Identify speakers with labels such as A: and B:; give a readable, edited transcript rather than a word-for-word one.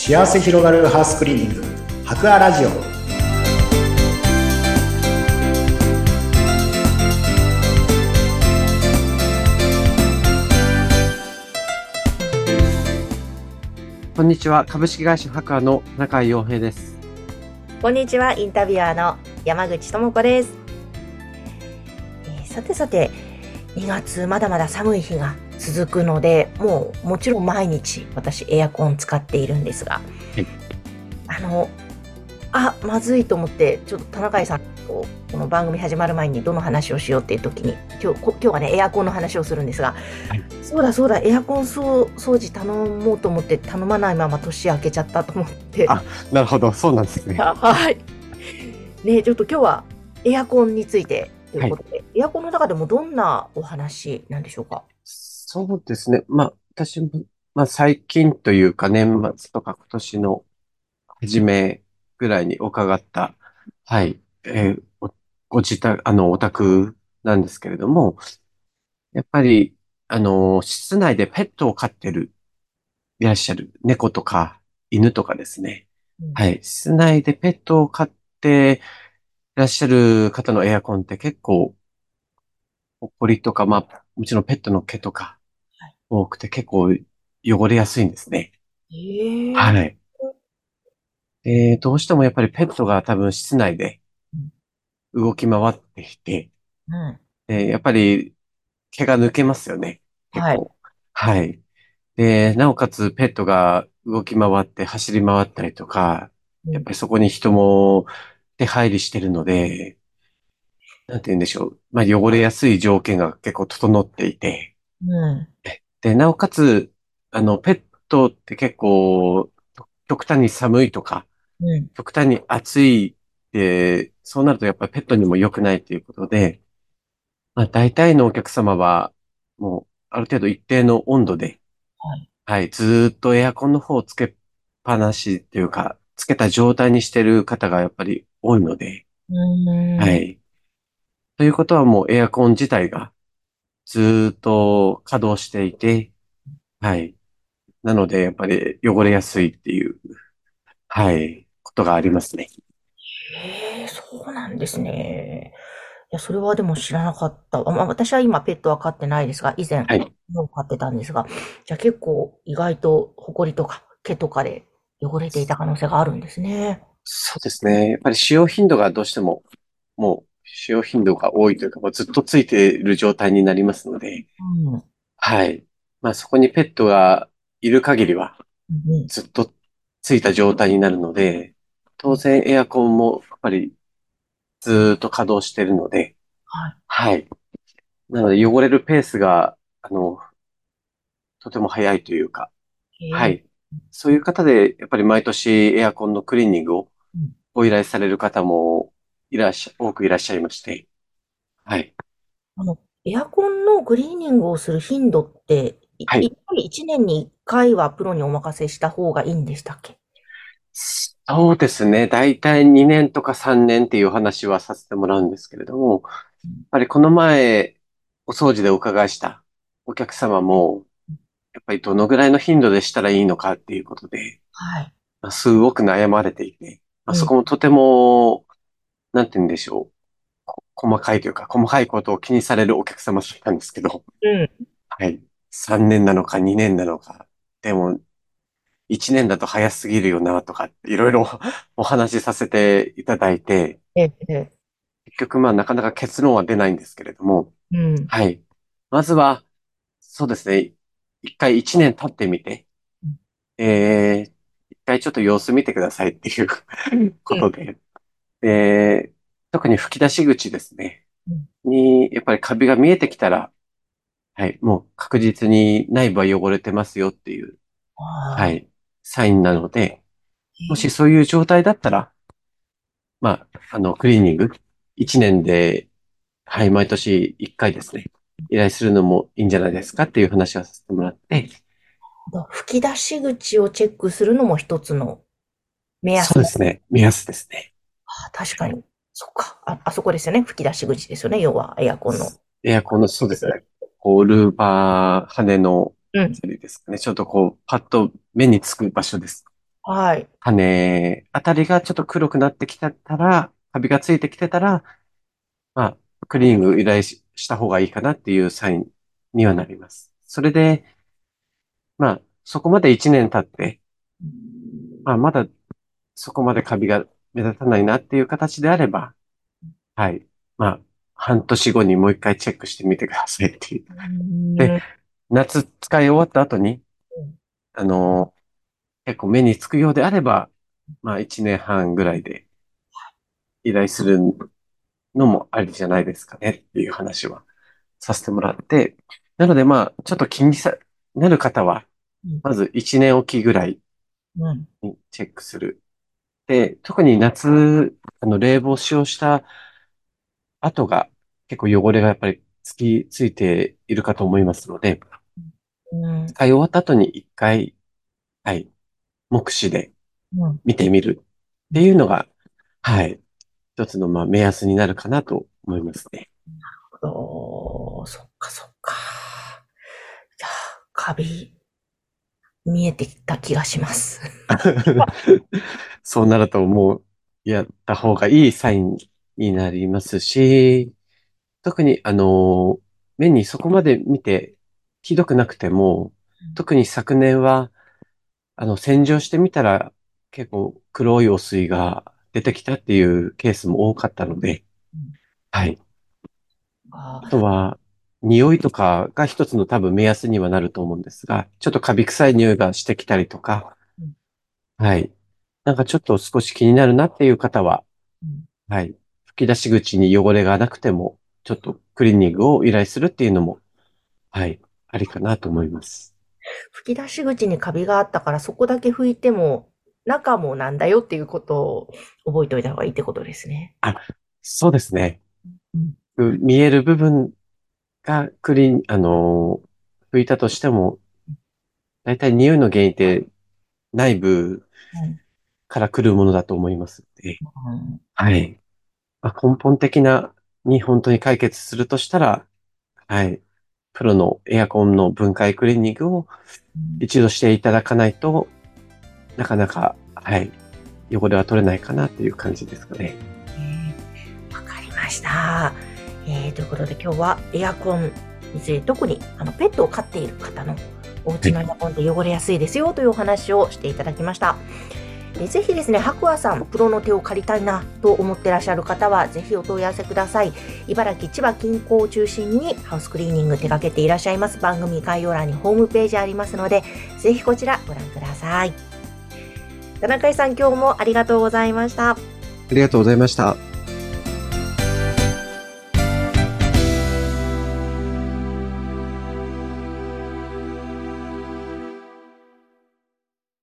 A: 幸せ広がるハウスクリーニング博アラジオ。
B: こんにちは。株式会社ハカの中井洋平です。
C: こんにちは。インタビュアーの山口智子です。さてさて、2月まだまだ寒い日が続くので、もちろん毎日私エアコン使っているんですが、
B: はい。
C: まずいと思って、ちょっと田中井さんとこの番組始まる前にどの話をしようっていう時に、今日はね、エアコンの話をするんですが、
B: はい。
C: そうだ、エアコン掃除頼もうと思って頼まないまま年明けちゃったと思って。
B: なるほど。そうなんですね。
C: はい。ね、ちょっと今日はエアコンについてとい
B: はい。
C: うことで、エアコンの中でもどんなお話なんでしょうか？
B: そうですね。私も、最近というか年末とか今年の初めぐらいに伺った、はい、ご自宅、お宅なんですけれども、やっぱり、室内でペットを飼っていらっしゃる猫とか犬とかですね。
C: うん。
B: はい。室内でペットを飼っていらっしゃる方のエアコンって結構、ほこりとか、もちろんペットの毛とか
C: はい。
B: 多くて結構汚れやすいんですね。
C: ええ。
B: はい。で、どうしてもやっぱりペットが多分室内で
C: うん。
B: 動き回っていて、
C: うん。
B: やっぱり毛が抜けますよね。結
C: はい。
B: 構。はい。で、なおかつペットが動き回って走り回ったりとか、
C: うん。
B: やっぱりそこに人も出入りしてるので、なんて言うんでしょう。汚れやすい条件が結構整っていて、
C: うん。
B: で、なおかつ、ペットって結構、極端に寒いとか、
C: うん。
B: 極端に暑いそうなるとやっぱりペットにも良くないということで、大体のお客様は、もう、ある程度一定の温度で、
C: はい。
B: はい、ずーっとエアコンの方をつけっぱなしっていうか、つけた状態にしてる方がやっぱり多いので、
C: うーん。
B: はい。ということはもうエアコン自体がずーっと稼働していて、はい。なので、やっぱり汚れやすいっていう、はい、ことがありますね。
C: ええ、そうなんですね。いや、それはでも知らなかった。私は今ペットは飼ってないですが、以前、
B: はい。
C: 犬を飼ってたんですが、じゃあ結構意外とホコリとか毛とかで汚れていた可能性があるんですね。
B: そうですね。やっぱり使用頻度がどうしても、もう使用頻度が多いというか、もうずっとついている状態になりますので、
C: うん。
B: はい。そこにペットがいる限りは、
C: うん。
B: ずっとついた状態になるので、当然エアコンもやっぱりずーっと稼働しているので、
C: は
B: はい。なので汚れるペースが、とても早いというか、は
C: い。え
B: い。そういう方で、やっぱり毎年エアコンのクリーニングを
C: うん。
B: ご依頼される方も多くいらっしゃいまして、はい。
C: エアコンのクリーニングをする頻度って、
B: はい。
C: やっぱり1年に1回はプロにお任せした方がいいんでしたっけ？
B: そうですね。だいたい2年とか3年っていうお話はさせてもらうんですけれども、やっ
C: うん。
B: ぱりこの前、お掃除でお伺いしたお客様も、やっぱりどのぐらいの頻度でしたらいいのかっていうことで、
C: はい。
B: すごく悩まれていて、そ
C: ええ。
B: こもとても、なんて言うんでしょう。細かいというか、細かいことを気にされるお客様だったんですけど、
C: うん。
B: はい。3年なのか2年なのか、でも1年だと早すぎるよなとか、いろいろお話しさせていただいて、
C: ええ、ええ。
B: 結局なかなか結論は出ないんですけれども、
C: うん。
B: はい。まずは、そうですね。一回1年経ってみて、
C: うん。
B: 一回ちょっと様子見てくださいっていうこ
C: うん。
B: とで、で、特に吹き出し口ですね。
C: うん。
B: やっぱりカビが見えてきたら、はい、もう確実に内部は汚れてますよっていう、は
C: ああ。
B: い、サインなので、もし
C: ええ。
B: そういう状態だったら、クリーニング、1年で、はい、毎年1回ですね、依頼するのもいいんじゃないですかっていう話をさせてもらって、
C: 吹き出し口をチェックするのも一つの目安の。
B: そうですね、目安ですね。
C: 確かに。そっか。あそこですよね。吹き出し口ですよね。要は、エアコンの。
B: エアコンの、そうですね、こう、ルーバー、羽の
C: うん。
B: あたりですかね、ちょっとこう、パッと目につく場所です。
C: はい。
B: 羽あたりがちょっと黒くなってきてたら、カビがついてきてたら、まあ、クリーニング依頼した方がいいかなっていうサインにはなります。それで、まあ、そこまで1年経って、まあ、まだそこまでカビが目立たないなっていう形であれば、はい。まあ、半年後にもう一回チェックしてみてくださいっていう。
C: うー
B: で、
C: ん。
B: 夏使い終わった後に、あの結構目につくようであれば、まあ、1年半ぐらいで依頼するのもありじゃないですかねっていう話はさせてもらって、なのでまあ、ちょっと気になる方は、
C: うん。
B: まず1年おきぐらい
C: うん。
B: にチェックする。で、特に夏、冷房使用した後が結構汚れがやっぱりついているかと思いますので、
C: うん。
B: 使い終わった後に1回、はい、目視で
C: うん。
B: 見てみるっていうのが、はい、一つのまあ目安になるかなと思いますね。
C: そっかそっか。いや、カビ、見えてきた気がします。
B: そうなるともうやった方がいいサインになりますし、特に目にそこまで見てひどくなくても、特に昨年は洗浄してみたら結構黒い汚水が出てきたっていうケースも多かったので、
C: うん。
B: はい。あ
C: あ
B: とは、匂いとかが一つの多分目安にはなると思うんですが、ちょっとカビ臭い匂いがしてきたりとか、
C: ー、うん。
B: はい。なんかちょっと少し気になるなっていう方は、
C: うん。
B: はい。吹き出し口に汚れがなくても、ちょっとクリーニングを依頼するっていうのも、はい。ありかなと思います。
C: 吹き出し口にカビがあったから、そこだけ拭いても、中もなんだよっていうことを覚えておいた方がいいってことですね。
B: あ、そうですね。
C: うん。
B: 見える部分がクリーン、拭いたとしても、だいたい匂いの原因って内部
C: うん。
B: から来るものだと思いますので、
C: うん。
B: はい。まあ、根本的なに本当に解決するとしたら、はい。プロのエアコンの分解クリーニングを
C: うん。
B: 一度していただかないとなかなか、はい。汚れは取れないかなっていう感じですかね。
C: わかりました。ということで今日はエアコンについて、特にペットを飼っている方のお
B: はい。
C: 家のエアコンって汚れやすいですよというお話をしていただきました。ぜひですね、白亜さん、プロの手を借りたいなと思ってらっしゃる方は、ぜひお問い合わせください。茨城、千葉近郊を中心にハウスクリーニング手掛けていらっしゃいます。番組概要欄にホームページありますので、ぜひこちらご覧ください。田中さん、今日もありがとうございました。
B: ありがとうございました。